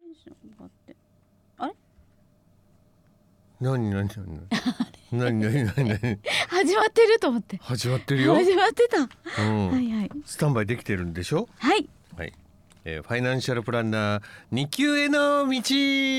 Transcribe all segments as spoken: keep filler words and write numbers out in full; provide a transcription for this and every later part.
天使の子ってあれ何何何何何何何始まってると思って始まってるよ。 始まってた、 うん、 はいはい、 スタンバイできてるんでしょ。 はい、 はい、えー、ファイナンシャルプランナーに級への道、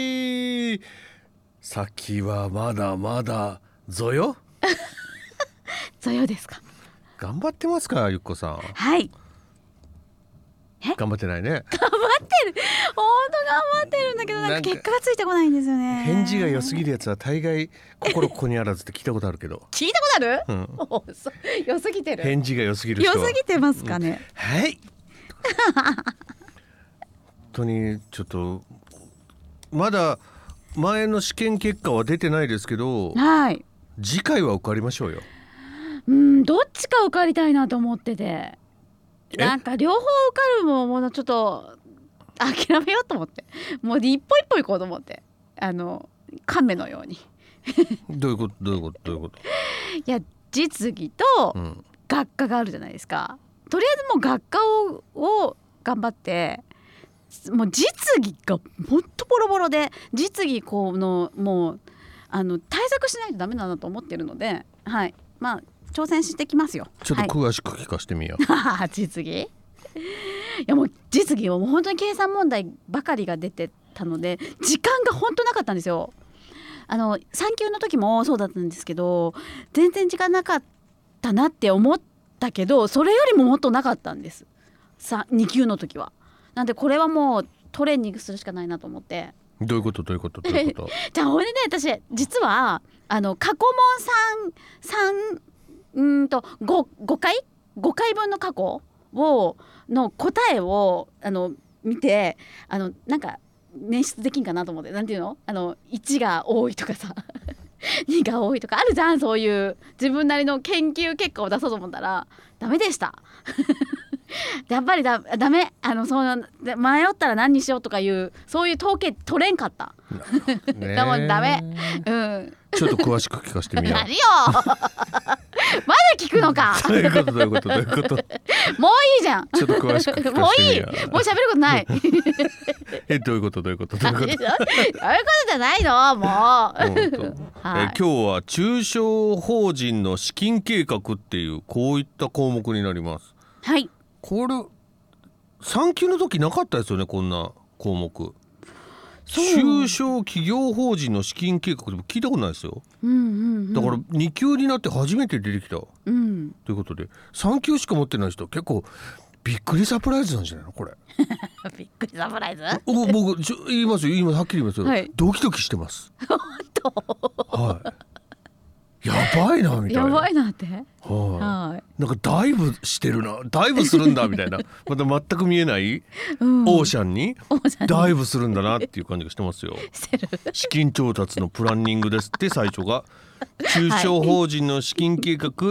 先はまだまだぞよぞよですか。 頑張ってますか、ゆっこさん。 はい、 頑張ってないね。 頑張ってる、本当頑張ってるんだけど、なんか結果がついてこないんですよね。 返事が良すぎるやつは大概心ここにあらずって聞いたことあるけど聞いたことある、 うん、 おそ良すぎてる。 返事が良すぎる人は良すぎてますかね、 うん、はい本当にちょっとまだ前の試験結果は出てないですけど、 はい、 次回は受かりましょうよ。 うん、どっちか受かりたいなと思ってて、なんか両方受かるももうちょっと諦めようと思って、もう一歩一歩行こうと思って、あの亀のようにどういうことどういうことどういうこと。 いや、実技と学科があるじゃないですか、うん、とりあえずもう学科を、を頑張って、もう実技がほんとボロボロで、実技このもうあの対策しないとダメだなと思ってるので、はい、まあ挑戦してきますよ。 ちょっと詳しく聞かせてみよう、 はい、実技、いやもう実技はもう本当に計算問題ばかりが出てたので、時間が本当なかったんですよ。あのさん級の時もそうだったんですけど、全然時間なかったなって思ったけど、それよりももっとなかったんです、さに級の時は。なんでこれはもうトレーニングするしかないなと思って。 どういうことどういうことどういうことじゃあほんでね、私実はあの過去問さんうんと 5, 5回5回分の過去をの答えをあの見て、あのなんか捻出できんかなと思って、なんていうの、あのいちが多いとかさにが多いとかあるじゃん、そういう自分なりの研究結果を出そうと思ったらダメでしたやっぱりだダメ、あのそう迷ったら何にしようとかいうそういう統計取れんかっただもんダメ、うん、 ちょっと詳しく聞かせてみよう何よまだ聞くのかどういうことどういうことどういうこともういいじゃん、 ちょっと詳しく聞かせてみよう。 もういい、もう喋ることないえどういうことどういうことどういうことそういうことじゃないのもう、はい、 え今日は中小法人の資金計画っていうこういった項目になります。 はい、 これさん級の時なかったですよね、こんな項目。中小企業法人の資金計画でも聞いたことないですよ、うんうんうん、だからに級になって初めて出てきた、うん、ということでさん級しか持ってない人結構びっくりサプライズなんじゃないのこれびっくりサプライズお僕ちょ言いますよ言いますはっきり言いますよ、はい、ドキドキしてます本当、 はいやばいなみたいな、 やばいなって、 はい、はい、なんかダイブしてるな、ダイブするんだみたいなまた全く見えない、うん、オーシャンにダイブするんだなっていう感じがしてますよ資金調達のプランニングですって最初が中小法人の資金計画、はい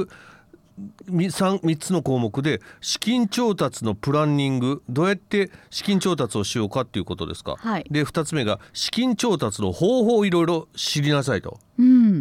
、3, 3つの項目で資金調達のプランニング、どうやって資金調達をしようかっていうことですか、はい、でふたつめが資金調達の方法をいろいろ知りなさいと、うん、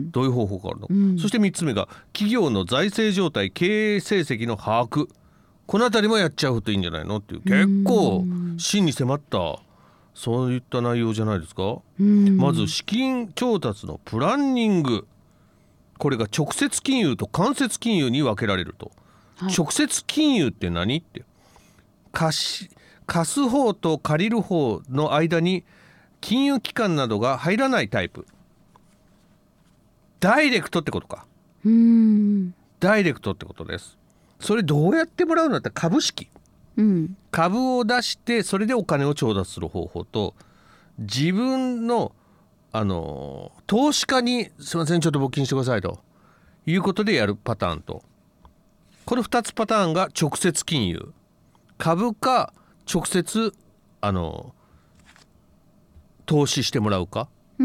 どういう方法があるの、うん、そしてみっつめが企業の財政状態経営成績の把握、このあたりもやっちゃうといいんじゃないのっていう、結構真に迫ったそういった内容じゃないですか、うん、まず資金調達のプランニング、これが直接金融と間接金融に分けられると、はい、直接金融って何って貸し、貸す方と借りる方の間に金融機関などが入らないタイプ、ダイレクトってことか、うーんダイレクトってことです。それどうやってもらうのだったら株式、うん、株を出してそれでお金を調達する方法と、自分のあの投資家にすいませんちょっと募金してくださいということでやるパターンと、このふたつパターンが直接金融、株か直接あの投資してもらうか、うん、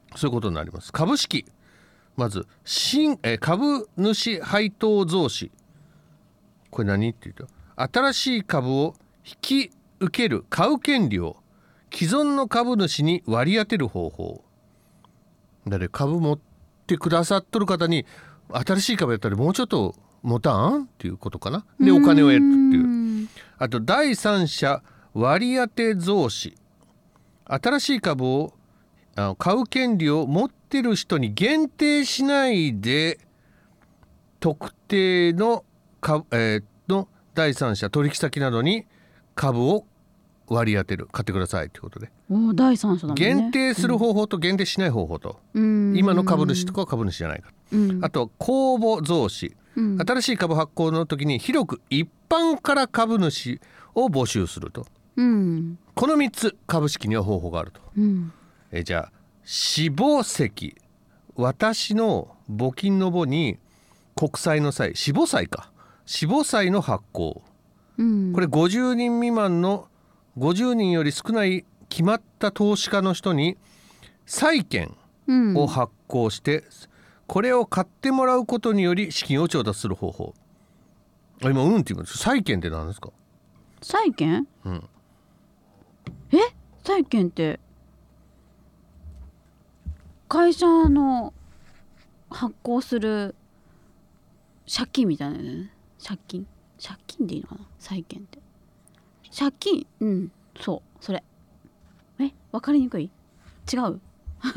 そういうことになります。株式、まず新え株主配当増資、これ何っていうと新しい株を引き受ける買う権利を既存の株主に割り当てる方法だね。株持ってくださっとる方に新しい株やったらもうちょっと持たんっていうことかな。でお金を得るっていう。あと第三者割り当て増資、 新しい株をあ買う権利を持ってる人に限定しないで特定の株、えー、の第三者取引先などに株を割り当てる買ってくださいということで、 お第三者だもんね。 限定する方法と限定しない方法と、うん、今の株主とか株主じゃないか、うん、あと公募増資、うん、新しい株発行の時に広く一般から株主を募集すると、うん、このみっつ株式には方法があると、うん、えじゃあ死亡石、私の募金の募に国債の債、死亡債か死亡債の発行、うん、これごじゅうにん未満のごじゅうにんより少ない決まった投資家の人に債券を発行して、うん、これを買ってもらうことにより資金を調達する方法。あ今うんって言うんです。債券って何ですか？ 債券、うん、え債券って会社の発行する借金みたいなね。借金借金でいいのかな債券って。借金うんそうそれ。え分かりにくい？違う？なんで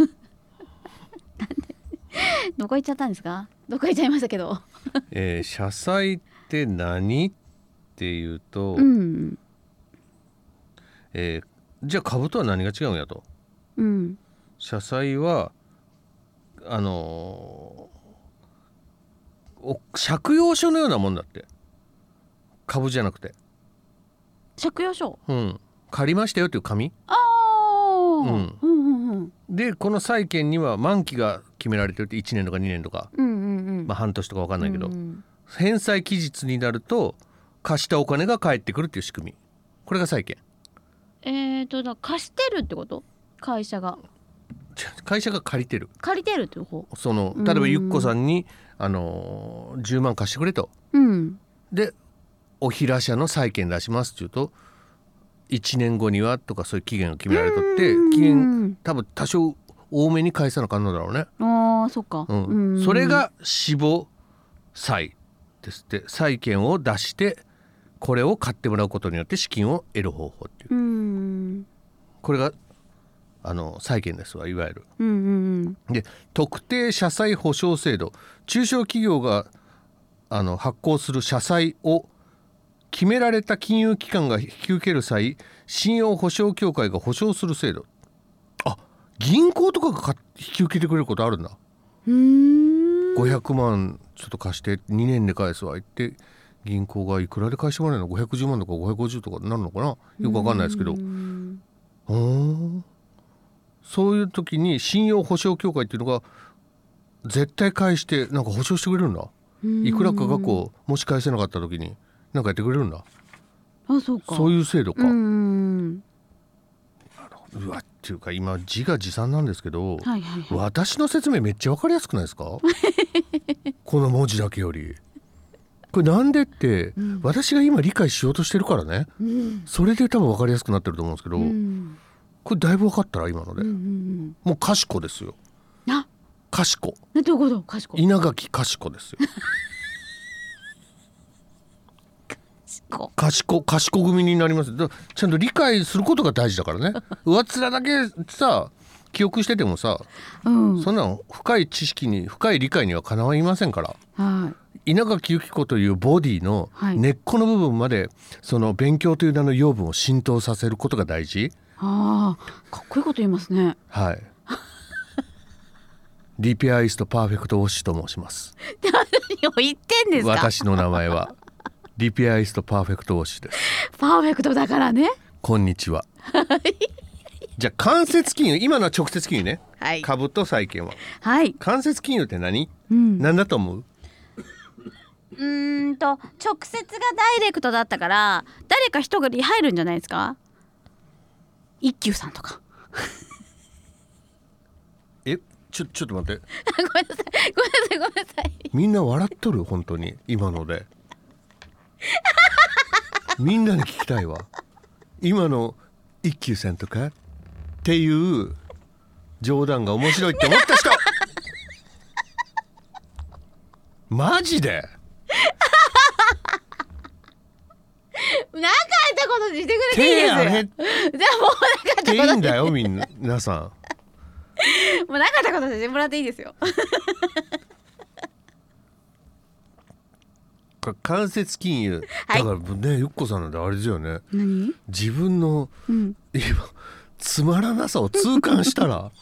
どこ行っちゃったんですか？どこ行っちゃいましたけど、 えー、社債って何っていうと、うんえー、じゃあ株とは何が違うんやと、うん、社債はあのー、借用書のようなもんだって。株じゃなくて借用書、 うん、借りましたよという紙。 あ、うんうんうんうん、 でこの債券には満期が決められてるっていちねんとかにねんとか、うんうんうんまあ、半年とか分かんないけど、うんうん、返済期日になると貸したお金が返ってくるっていう仕組み。これが債券。 えーとだ貸してるってこと？会社が会社が借りてる借りてるって方。 その例えばゆっこさんに、あのー、じゅうまん貸してくれと、うん、でお平社の債券出しますって言うといちねんごにはとかそういう期限が決められとって期限多分多少多めに返さなあかんのだろうね。 あそっか、 うん、それが死亡債ですって。債券を出してこれを買ってもらうことによって資金を得る方法っていう、うんこれがあの債券ですわいわゆる、うんうんうん、で特定社債保証制度、中小企業があの発行する社債を決められた金融機関が引き受ける際信用保証協会が保証する制度。あ銀行とかが引き受けてくれることあるんだ。うーんごひゃくまんちょっと貸してにねんで返すわ言って銀行がいくらで返してもらえるのごひゃくじゅうまんとかごひゃくごじゅうとかになるのかなよく分かんないですけど、うーんそういう時に信用保証協会っていうのが絶対返してなんか保証してくれるんだ。いくらかがこうもし返せなかった時になんかやってくれるんだ。 あそうかそういう制度か。うーんうわっていうか今自画自賛なんですけど、はいはいはい、私の説明めっちゃ分かりやすくないですかこの文字だけより。これなんでって、うん、私が今理解しようとしてるからね、うん、それで多分分かりやすくなってると思うんですけど、うん、これだいぶ分かったら今ので、うんうんうん、もう賢ですよ。 あ賢どういうこと賢稲垣賢ですよ賢賢組になります。ちゃんと理解することが大事だからね上っ面だけさ記憶しててもさ、うん、そんな深い知識に深い理解にはかなわませんから、はい、稲垣由紀子というボディの根っこの部分まで、はい、その勉強という名の養分を浸透させることが大事。 あかっこいいこと言いますね。 はいリペアイストパーフェクトウォッシュと申します。 何を言ってんですか。 私の名前はリペアイストパーフェクトウォッシュです。 パーフェクトだからね。 こんにちはじゃあ間接金融、今のは直接金融ね、はい、株と債券は、はい、間接金融って何、うん、何だと思う？ うーんと直接がダイレクトだったから誰か一人入るんじゃないですか。一休さんとかえちょちょっと待ってごめんなさいごめんなさいごめんなさい。 みんな笑っとる本当に今のでみんなに聞きたいわ今の一休さんとかっていう冗談が面白いって思った人マジでなかったったことしてくれていいですよ。じゃあもうなかったこといいんだよみんな皆さんもうなかったことしてもらっていいですよ間接金融、はい、だからねゆっこさんなんであれですよね。 何自分の、 うん、 今つまらなさを痛感したら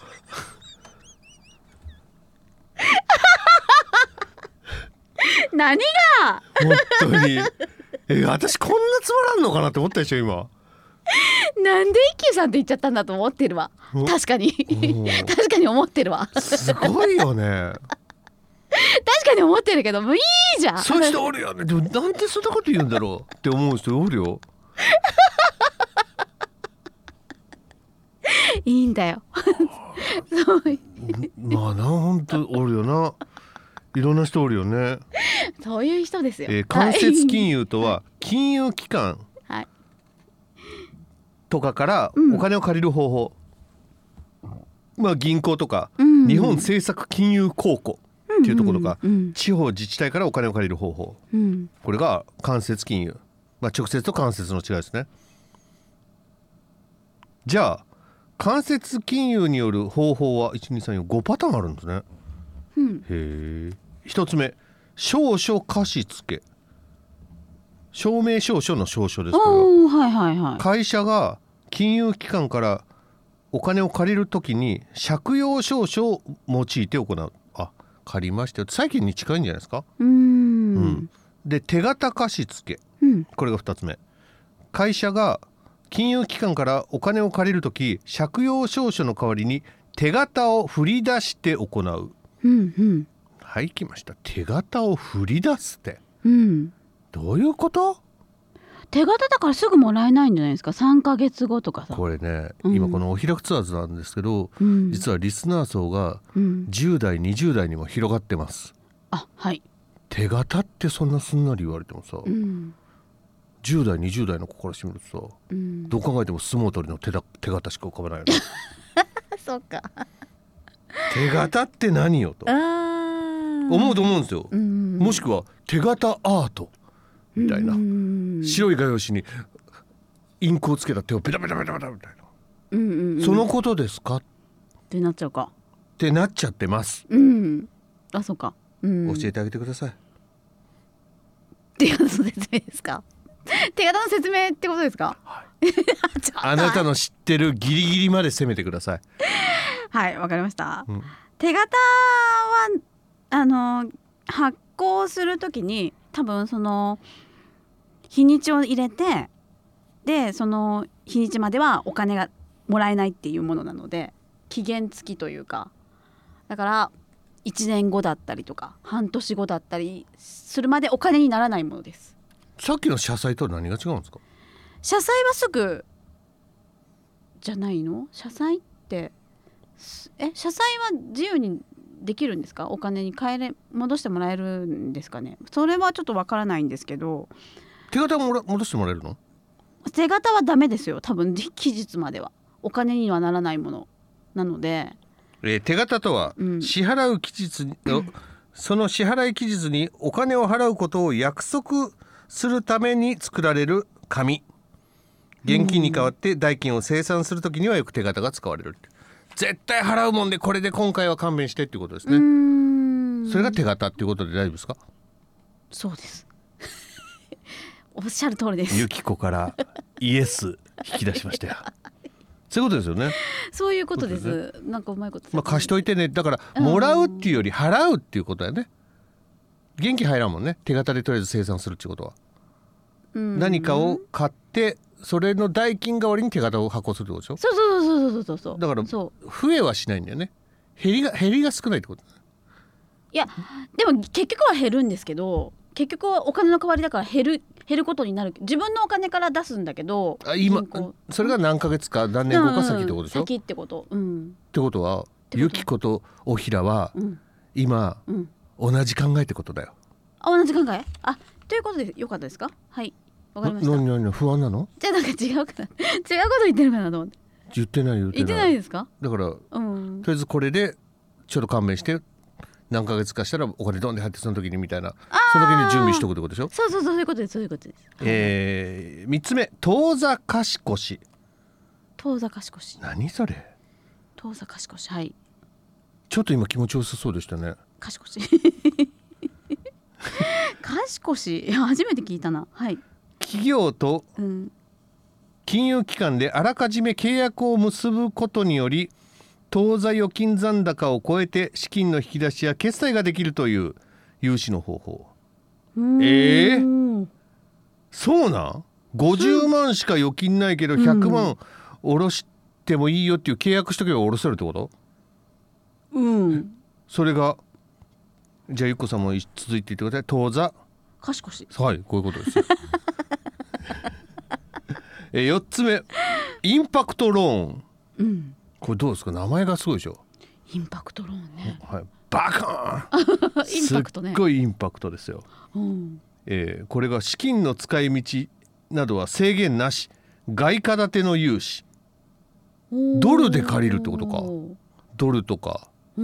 何が本当にえ私こんなつまらんのかなって思ったでしょ今。 なんで一休さんって言っちゃったんだと思ってるわ。確かに確かに思ってるわ。 すごいよね確かに思ってるけどもういいじゃん。 そういう人おるよね。でもなんでそんなこと言うんだろうって思う人おるよいいんだよそうまあな本当おるよな。いろんな人おるよね。 そういう人ですよ、 えー、間接金融とは金融機関とかからお金を借りる方法、うん、まあ銀行とか、うん、日本政策金融公庫っていうところが、うんうんうん、地方自治体からお金を借りる方法、うん、これが間接金融、まあ、直接と間接の違いですね。じゃあ間接金融による方法はいちにさんよんごパターンあるんですね、うん、へえ。一つ目証書貸付、証明証書の証書です。これは、はいはいはい、会社が金融機関からお金を借りるときに借用証書を用いて行う。あ、借りましたよ。債権に近いんじゃないですか。うーん、うん、で手形貸付、うん、これがふたつめ。会社が金融機関からお金を借りるとき借用証書の代わりに手形を振り出して行う、うんうん、はい、来ました。手形を振り出すって、うん、どういうこと？ 手形だからすぐもらえないんじゃないですか。さんかげつごとかさ。 これね、うん、今このお開くツアーズなんですけど、うん、実はリスナー層がじゅう代にじゅう代にも広がってます、うん、あ、はい。手形ってそんなすんなり言われてもさ、うん、じゅう代にじゅう代の子からしてみるとさ、うん、どう考えても相撲取りの 手, だ手形しか浮かばないよねそうか手形って何よと思うと思うんですよ、うん、もしくは手形アートみたいな、白い画用紙にインクをつけた手をペタペタペタペタみたいな、うんうんうん、そのことですかってなっちゃうかってなっちゃってます、 うん、あ、そうか、うん、 教えてあげてください。 手形の説明ですか。手形の説明ってことですか、はい、 あなたの知ってるギリギリまで攻めてください。 はい、わかりました、うん、手形はあの発行するときに多分その日にちを入れて、でその日にちまではお金がもらえないっていうものなので期限付きというか、だからいちねんごだったりとか半年後だったりするまでお金にならないものです。 さっきの社債と何が違うんですか。 社債はすぐじゃないの。社債ってえ社債は自由にできるんですか。お金に変えれ戻してもらえるんですかね。それはちょっとわからないんですけど。 手形もら戻してもらえるの。 手形はダメですよ多分。期日まではお金にはならないものなので、 えー、手形とは、うん、支払う期日に、うん、その支払い期日にお金を払うことを約束するために作られる紙。現金に代わって代金を清算するときにはよく手形が使われる。絶対払うもんでこれで今回は勘弁してっていうことですね。うーん、それが手形っていうことで大丈夫ですか。 そうですおっしゃる通りです。 ゆきこからイエス引き出しましたよそういうことですよね。 そういうことです。なんかうまいこと、 まあ、貸しといてね。だからもらうっていうより払うっていうことだよね。現金入らんもんね。手形でとりあえず清算するっていうことは、何かを買ってそれの代金代わりに手形を発行するってことでしょ。 そうそうそうそうそうそう。 だから増えはしないんだよね。減りが減りが少ないってこと。 いやでも結局は減るんですけど、結局はお金の代わりだから減る減ることになる。自分のお金から出すんだけど、 あ今それが何ヶ月か何年後か先ってことでしょ、 うんうん、先ってこと、うん、 ってことはゆきことおひらは、うん、今、うん、同じ考えってことだよ。 あ、同じ考え。あ、ということでよかったですか。はい、わかりました。 何何不安なの。 じゃあなんか違うかな違うこと言ってるかなと思って。 言ってない言ってない言ってないですか。 だから、うん、とりあえずこれでちょっと勘弁して何ヶ月かしたらお金ドンで入ってその時にみたいな、その時に準備しとくってことでしょ。 そうそうそう、そういうことです、そういうことです。 えー、みっつめ当座貸越。 当座貸越。 何それ。 当座貸越、はい。 ちょっと今気持ちよさそうでしたね。 貸越貸越、いや初めて聞いたな。はい。 企業と金融機関であらかじめ契約を結ぶことにより当座預金残高を超えて資金の引き出しや決済ができるという融資の方法。えー、そうなん。ごじゅうまんしか預金ないけどひゃくまん下ろしてもいいよっていう契約しとけば下ろせるってこと。 うん。 それがじゃあゆっこさんも続いていってください。当座貸越。 はい、こういうことですよえよっつめインパクトローン、うん、これどうですか。名前がすごいでしょ。 インパクトローンね、 はい、バカーンインパクトね。すっごいインパクトですよ、うんえー、これが資金の使い道などは制限なし、外貨建ての融資。ドルで借りるってことか。ドルとか、うん、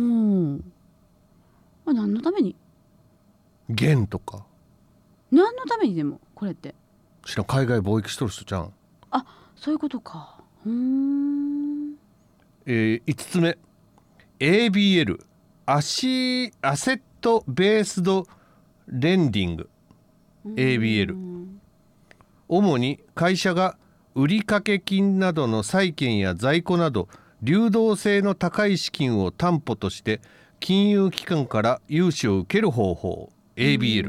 あ、何のために。元とか何のために。でもこれって知らん、海外貿易しとる人じゃん。 あ、そういうことか。うーん、 えー、いつつめ エービーエル アシアセットベースドレンディング エービーエル、 主に会社が売掛金などの債券や在庫など流動性の高い資金を担保として金融機関から融資を受ける方法 エービーエル。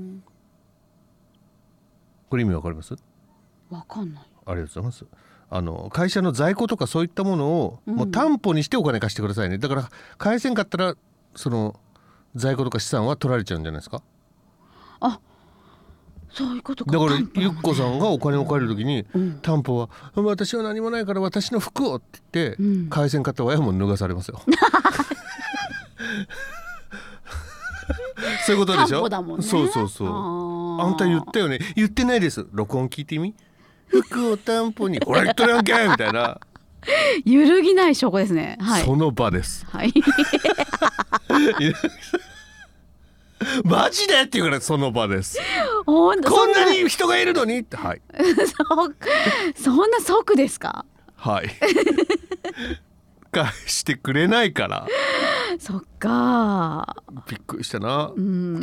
これ意味わかります？ わかんない。 ありがとうございます。あの会社の在庫とかそういったものをもう担保にしてお金貸してくださいね。だから返せんかったらその在庫とか資産は取られちゃうんじゃないですか。 あ、そういうことか。 だからゆっこさんがお金を借りるときに、うん、担保は私は何もないから私の服をって言って、うん、返せんかった親も脱がされますよそういうことでしょ。 担保だもんね。 そうそうそう。あんた言ったよね。言ってないです。録音聞いてみ。服を担保に。ほら言っとるやんけみたいな。 揺るぎない証拠ですね。はい。 その場です。 はい。 マジでって言うからその場です。 こんなに人がいるのにって。はい。 そ, そんな即ですか。 はい。返してくれないから。 そっか。 びっくりしたな。うん、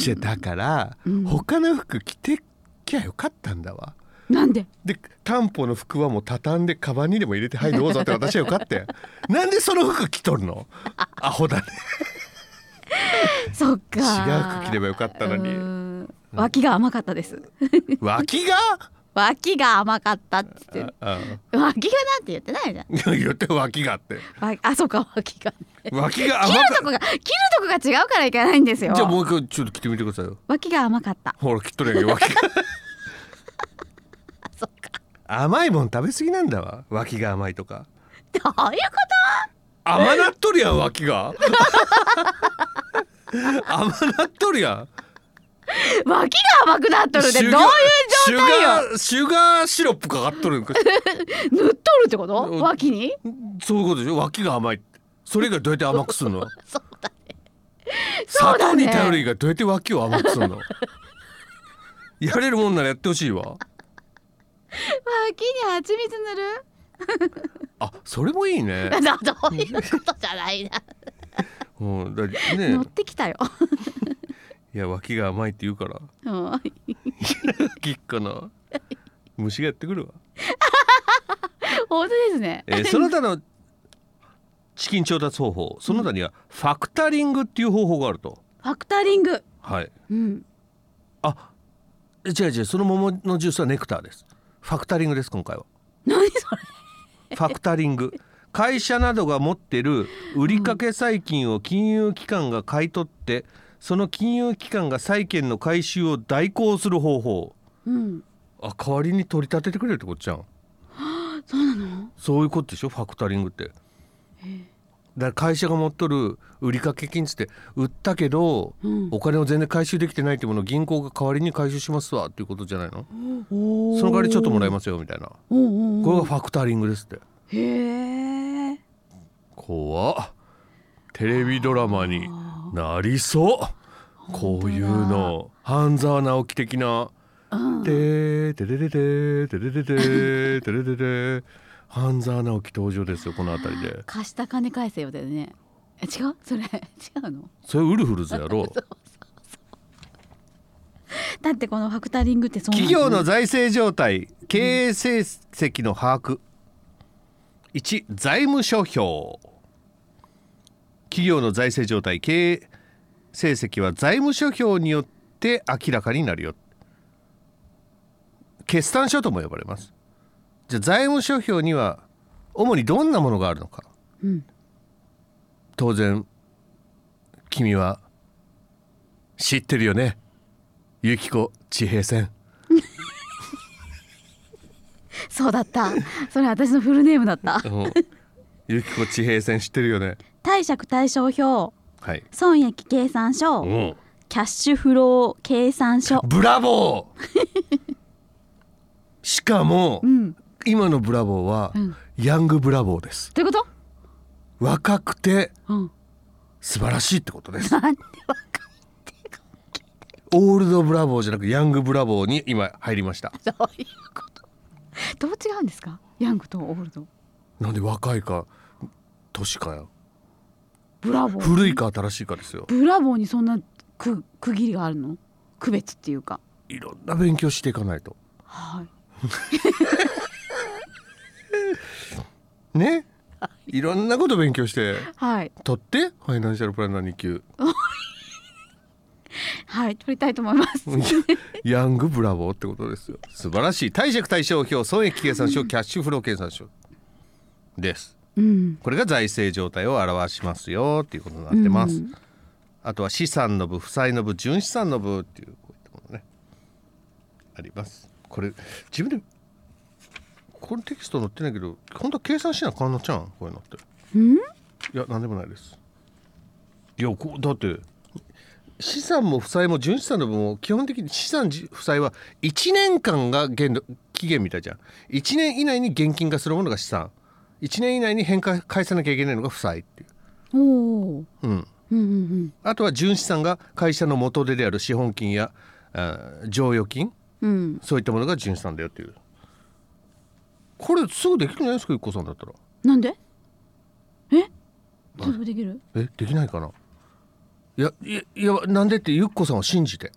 じゃだから、うん、他の服着てきゃよかったんだわ。 なんで。 で担保の服はもう畳んでカバンにでも入れてはいどうぞって私はよかってなんでその服着とるのアホだねそっか。 違う服着ればよかったのに、うん、 脇が甘かったです脇が脇が甘かったって言って。 ああ脇がなんて言ってないじゃん。 言って脇がってあ、そうか脇が、ね、 脇が甘か切るとこが切るとこが違うからいけないんですよ。 じゃあもう一回ちょっと着てみてくださいよ。 脇が甘かった。 ほら切っとるやんけ脇がそっか。 甘いもん食べ過ぎなんだわ。脇が甘いとか。 どういうこと。 甘なっとるやん脇が甘なっとるやん。 脇が甘くなっとるってどういう状態よ。 シュガーシロップかかっとるんか塗っとるってこと脇に。 そういうことでしょ。脇が甘い。それがどうやって甘くするのそうだね。 砂糖に頼る以外どうやって脇を甘くするのやれるもんならやってほしいわ。 脇に蜂蜜塗るあ、それもいいね。 どういうことじゃないなうんだ、ね、 乗ってきたよいや脇が甘いって言うからきっかな虫がやってくるわ本当ですね、 えー、その他の資金調達方法、その他にはファクタリングっていう方法があると。 ファクタリング。 はい、うん、あ、違う違う、その桃のジュースはネクターです。ファクタリングです今回は。 何それファクタリング、会社などが持ってる売掛債金を金融機関が買い取って、その金融機関が債券の回収を代行する方法、うん、あ、代わりに取り立ててくれるってことじゃん。 そうなの。 そういうことでしょファクタリングって。だから会社が持っとる売掛金つって売ったけど、うん、お金を全然回収できてないっていうものを銀行が代わりに回収しますわっていうことじゃないの。その代わりちょっともらえますよみたいな。これがファクタリングですって。 へー、 怖っ。テレビドラマになりそうこういうの半沢直樹的な、うん、てーてれれてーてれれてーてれれてー半沢直樹登場ですよこのあたりで。 貸した金返せよだよね。え違うそれ違うのそれウルフルズやろそうそうそうだってこのファクタリングってそうなんです、 ね、企業の財政状態経営成績の把握、うん、いち財務諸表。企業の財政状態経営成績は財務諸表によって明らかになるよ。決算書とも呼ばれます。じゃあ財務諸表には主にどんなものがあるのか、うん、当然君は知ってるよね。ゆきこ地平線そうだったそれ私のフルネームだった、うん、 ゆきこ地平線知ってるよね。 貸借対照表、はい、損益計算書、うん、キャッシュフロー計算書。 ブラボーしかも、うん、今のブラボーは、うん、ヤングブラボーです。 どういうこと？ 若くて、うん、素晴らしいってことです。 なんで若いってオールドブラボーじゃなくヤングブラボーに今入りました。 どういうことどう違うんですかヤングとオールド。 なんで若いか年かや。 ブラボー古いか新しいかですよ。 ブラボーにそんな区区切りがあるの？区別っていうかいろんな勉強していかないと。 はいね、いろんなこと勉強して、 はい、 取ってファイナンシャルプランナーに級はい取りたいと思いますヤングブラボーってことですよ。素晴らしい。貸借対照表損益計算書キャッシュフロー計算書です、うん、これが財政状態を表しますよっていうことになってます、うん、あとは資産の部負債の部純資産の部っていうこういったものねあります。これ自分でこれテキスト載ってないけど本当は計算しなあかんのちゃうんこういうのって。 ん？いや何でもないです。いやこだって資産も負債も純資産の分も基本的に資産負債はいちねんかんが限度期限みたいじゃん。いちねん以内に現金化するものが資産、いちねん以内に返還返さなきゃいけないのが負債っていう。 おー、 うんうんうんうん、あとは純資産が会社の元手である資本金や剰余金、うん、そういったものが純資産だよっていう。これすぐできるんじゃないですかゆっこさんだったら。 なんで？え？すぐできる？ えできないかな。いやいやいやなんでってゆっこさんは信じて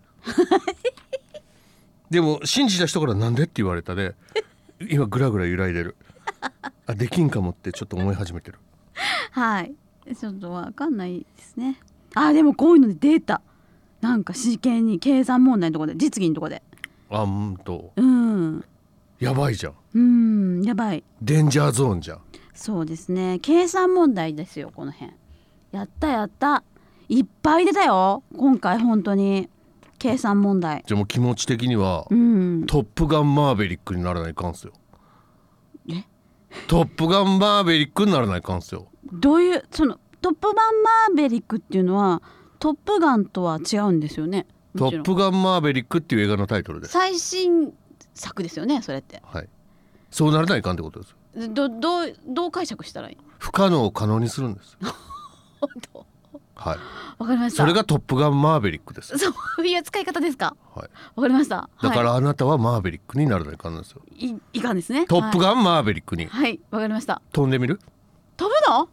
でも信じた人からなんでって言われたで今グラグラ揺らいでるあできんかもってちょっと思い始めてるはいちょっとわかんないですね。あでもこういうのでデータなんか試験に計算問題のとこで実技のとこであんとうんやばいじゃん。 うんやばいデンジャーゾーンじゃん。 そうですね計算問題ですよこの辺。やったやったいっぱい出たよ今回本当に計算問題。 じゃあもう気持ち的には、うん、トップガンマーベリックにならないかんすよ。 えトップガンマーベリックにならないかんすよ。 どういうそのトップガンマーベリックっていうのはトップガンとは違うんですよね。 トップガンマーベリックっていう映画のタイトルです。 最新作ですよねそれって。 はいそうならないかんってことです。 ど, ど, うどう解釈したらいい？ 不可能を可能にするんです本当はいわかりました。 それがトップガンマーベリックです。 そういう使い方ですか。 はいわかりました。 だからあなたはマーベリックにならないかんなんですよ。 いいかんですね。 トップガンマーベリックにはいわかりました。 飛んでみる？ 飛ぶの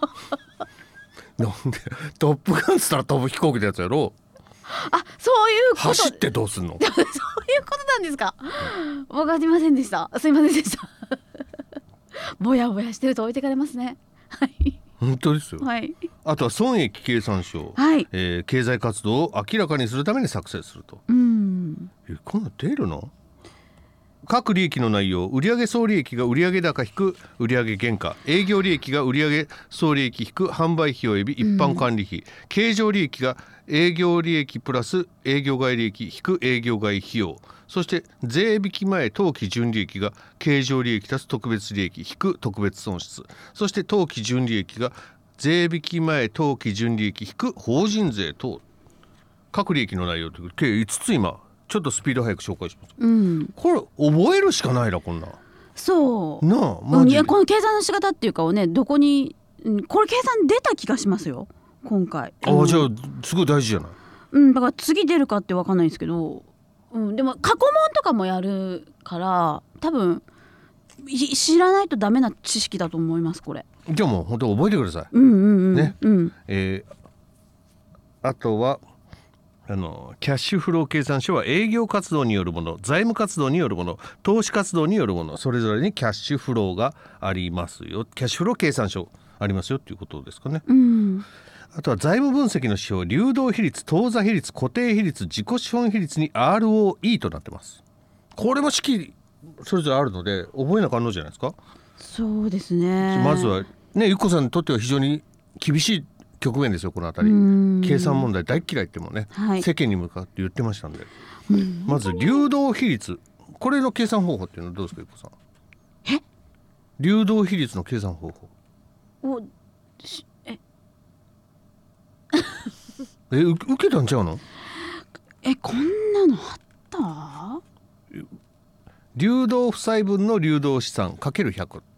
なんでトップガンっつったら飛ぶ飛行機のやつやろ。 あそういうこと走ってどうすんのそういうことなんですか。わかりませんでした。すいませんでしたぼやぼやしてると置いてかれますね。はい本当ですよ、 はい、 あとは損益計算書、 はいえー、経済活動を明らかにするために作成すると。 うんえこんな出るの？各利益の内容、売上総利益が売上高引く売上原価、営業利益が売上総利益引く販売費及び一般管理費、うん、経常利益が営業利益プラス営業外利益引く営業外費用、そして税引き前当期純利益が経常利益足す特別利益引く特別損失、そして当期純利益が税引き前当期純利益引く法人税等。各利益の内容という計いつつ今ちょっとスピード早く紹介します、うん、これ覚えるしかないなこんな。 そうなあマジで、 いやこの計算の仕方っていうかをねどこにこれ計算出た気がしますよ今回。 ああ、じゃあすごい大事じゃない。 うん、だから次出るかって分かんないんですけど、うん、でも過去問とかもやるから多分知らないとダメな知識だと思いますこれ。 じゃあもう本当覚えてください。 うんうんうん。 ね。 うん、 えー、あとはあのキャッシュフロー計算書は営業活動によるもの、財務活動によるもの、投資活動によるもの、それぞれにキャッシュフローがありますよ。キャッシュフロー計算書ありますよっていうことですかね。 うん、 あとは財務分析の指標、流動比率、当座比率、固定比率、自己資本比率に アールオーイー となってます。これも式それぞれあるので覚えなあかんのじゃないですか。 そうですね。 まずはね、ゆっこさんにとっては非常に厳しい局面ですよこのあたり。計算問題大嫌いってもね、はい、世間に向かって言ってましたんで、うん、まず流動比率、これの計算方法っていうのはどうですかゆっこさん。 え流動比率の計算方法おしええう受けたんちゃうの。 えこんなのあった。 流動負債分の流動資産 かけるひゃく。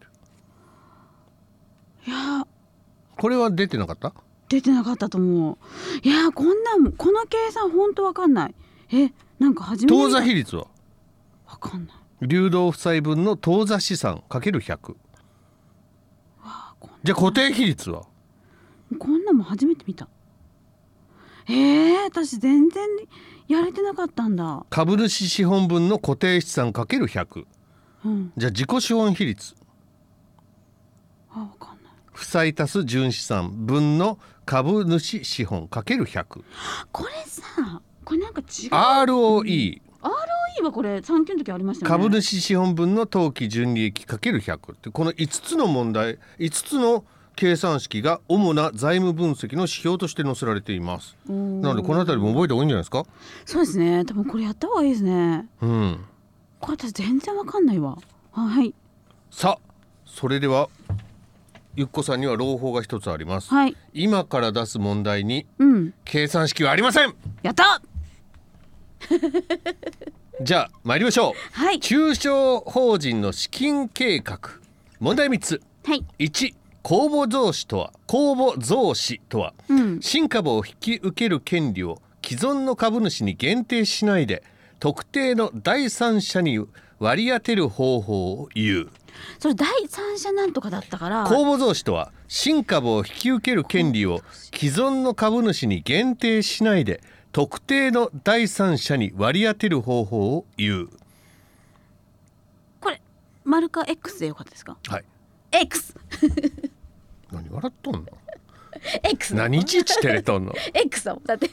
いやこれは出てなかった。 出てなかったと思う。いやこんなんこの計算本当わかんない。えなんか初めて。 当座比率はわかんない。 流動負債分の当座資産 かけるひゃく。 じゃあ固定比率は。 こんなんも初めて見た。えー、私全然やれてなかったんだ。 株主資本分の固定資産 かけるひゃく、 うん、 じゃあ自己資本比率。 あわかんない。 負債足す純資産分の株主資本 かけるひゃく。 これさこれなんか違う。 アールオーイー、 アールオーイー はこれさん級の時ありましたよね。 株主資本分の当期純利益 かけるひゃく ってこのいつつの問題、いつつの計算式が主な財務分析の指標として載せられています。なのでこのあたりも覚えた方がいいんじゃないですか。 そうですね、多分これやった方がいいですね。 うん、 これ私全然わかんないわ。はい。 さあそれではゆっこさんには朗報が一つあります、 はい、 今から出す問題に計算式はありません、うん、 やったじゃあ参りましょう、 はい、 中小法人の資金計画問題みっつ、 はい、 いち公募増資とは公募増資とは、うん、新株を引き受ける権利を既存の株主に限定しないで特定の第三者に割り当てる方法を言う。 それ第三者なんとかだったから。 公募増資とは新株を引き受ける権利を既存の株主に限定しないで特定の第三者に割り当てる方法を言う。 これ丸か X でよかったですか。 はい X 何笑っとんの X 何いちいち照れとんの X だもんだって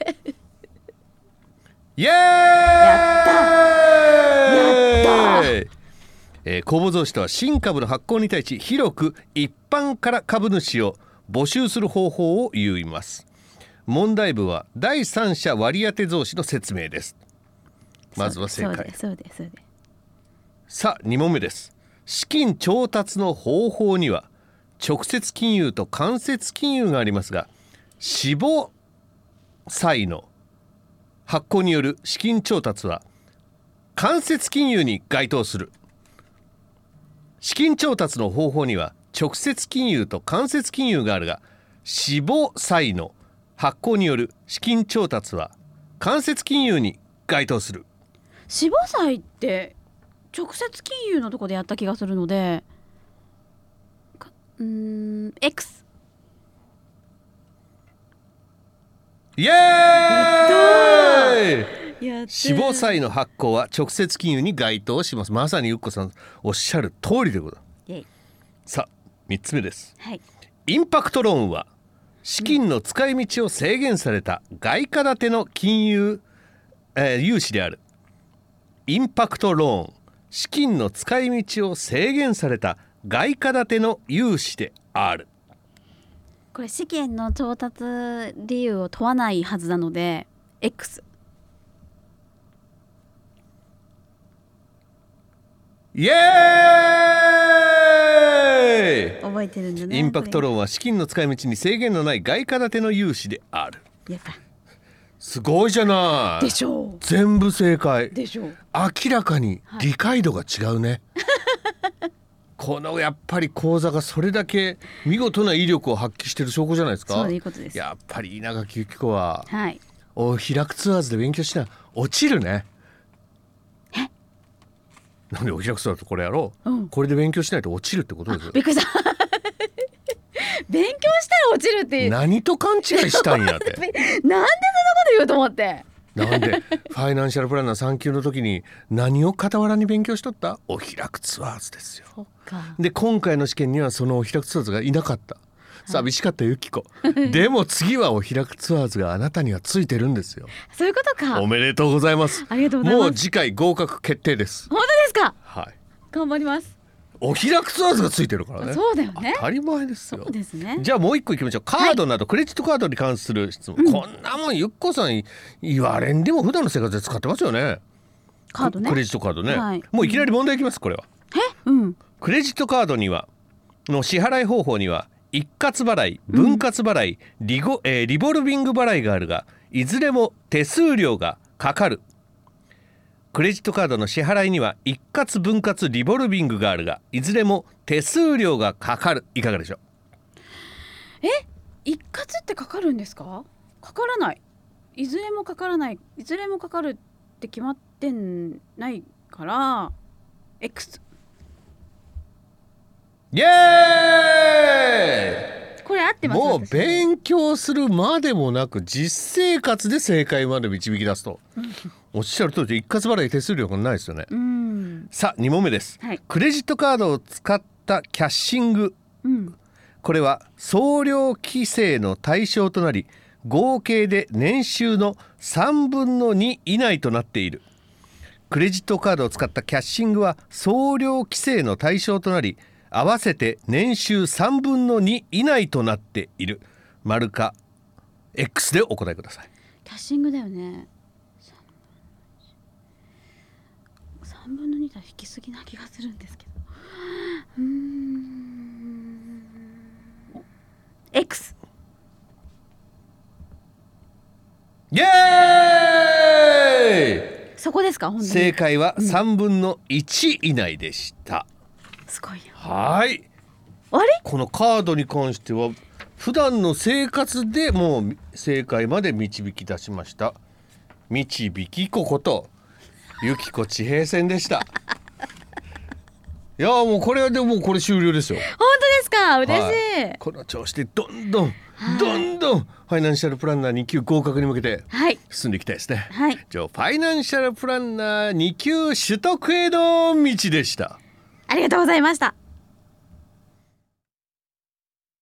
イエーイやったやった、 えー、公募増資とは新株の発行に対し広く一般から株主を募集する方法を言います。問題文は第三者割当増資の説明です。まずは正解。 そうですそうですそうです。 さあに問目です。資金調達の方法には直接金融と間接金融がありますが、死亡債の発行による資金調達は間接金融に該当する。資金調達の方法には直接金融と間接金融があるが、死亡債の発行による資金調達は間接金融に該当する。 死亡債って直接金融のとこでやった気がするので、うーん X。 イエーイ。死亡債の発行は直接金融に該当します。まさにゆっこさんおっしゃる通りでございます。さあみっつめです、はい、インパクトローンは資金の使い道を制限された外貨建ての金融、えー、融資である。インパクトローン、資金の使い道を制限された外貨建ての融資である。 これ資金の調達理由を問わないはずなので X。 イエーイ。 覚えてるんだね。 インパクトローンは資金の使い道に制限のない外貨建ての融資である。 やった。 すごいじゃない。 でしょう。 全部正解でしょう。 明らかに理解度が違うね、はい、 このやっぱり講座がそれだけ見事な威力を発揮している証拠じゃないですか。 そういうことです。 やっぱり稲垣由紀子は、 はい、 お開くツアーズで勉強しな落ちるね。 えなんでお開くツアーズこれやろう、うん、これで勉強しないと落ちるってことですよ。 びっくりした勉強したら落ちるって何と勘違いしたんやってなんでそんなこと言うと思って。 なんでファイナンシャルプランナーさん級の時に何を傍らに勉強しとった？お開くツアーズですよ。 そっか。で今回の試験にはそのお開くツアーズがいなかった。寂しかった由紀子でも次はお開くツアーズがあなたにはついてるんですよ。 そういうことか。 おめでとうございます。 ありがとうございます。 もう次回合格決定です。 本当ですか？ はい、 頑張ります。 お開くツアーズがついてるからね。 そうだよね。 当たり前ですよ。 そうですね。 じゃあもう一個いきましょう。カードなど、はい、クレジットカードに関する質問、うん、こんなもんゆっこさん言われんでも普段の生活で使ってますよね。 カードね。 クレジットカードね、 はい、 もういきなり問題いきます。これはえ、うん、 クレジットカードにはの支払い方法には一括払い、分割払い、うん、リゴ、えー、リボルビング払いがあるが、いずれも手数料がかかる。クレジットカードの支払いには一括分割リボルビングがあるが、いずれも手数料がかかる。いかがでしょう？ え、一括ってかかるんですか？かからない。いずれもかからない。いずれもかかるって決まってないから X。 イエーイ。 これ合ってます？ もう勉強するまでもなく実生活で正解まで導き出すとおっしゃる通りで、一括払い手数料がないですよね。 うん。 さあに問目です、はい、クレジットカードを使ったキャッシング、うん、これは総量規制の対象となり、合計で年収のさんぶんのに以内となっている。クレジットカードを使ったキャッシングは総量規制の対象となり、合わせて年収さんぶんのに以内となっている。丸か X でお答えください。 キャッシングだよね。さんぶんのにだと引きすぎな気がするんですけど、うーん X。 イエーイ。 そこですか？本当に正解はさんぶんのいち以内でした、 うん、すごいよ。 はい。 あれこのカードに関しては普段の生活でもう正解まで導き出しました。導きこことゆきこ地平線でしたいやもうこれはでもこれ終了ですよ。 本当ですか？嬉しい、はい、 この調子でどんどんどんどんファイナンシャルプランナーに級合格に向けて進んでいきたいですね、 はい、 じゃあファイナンシャルプランナーに級取得への道でした。 ありがとうございました。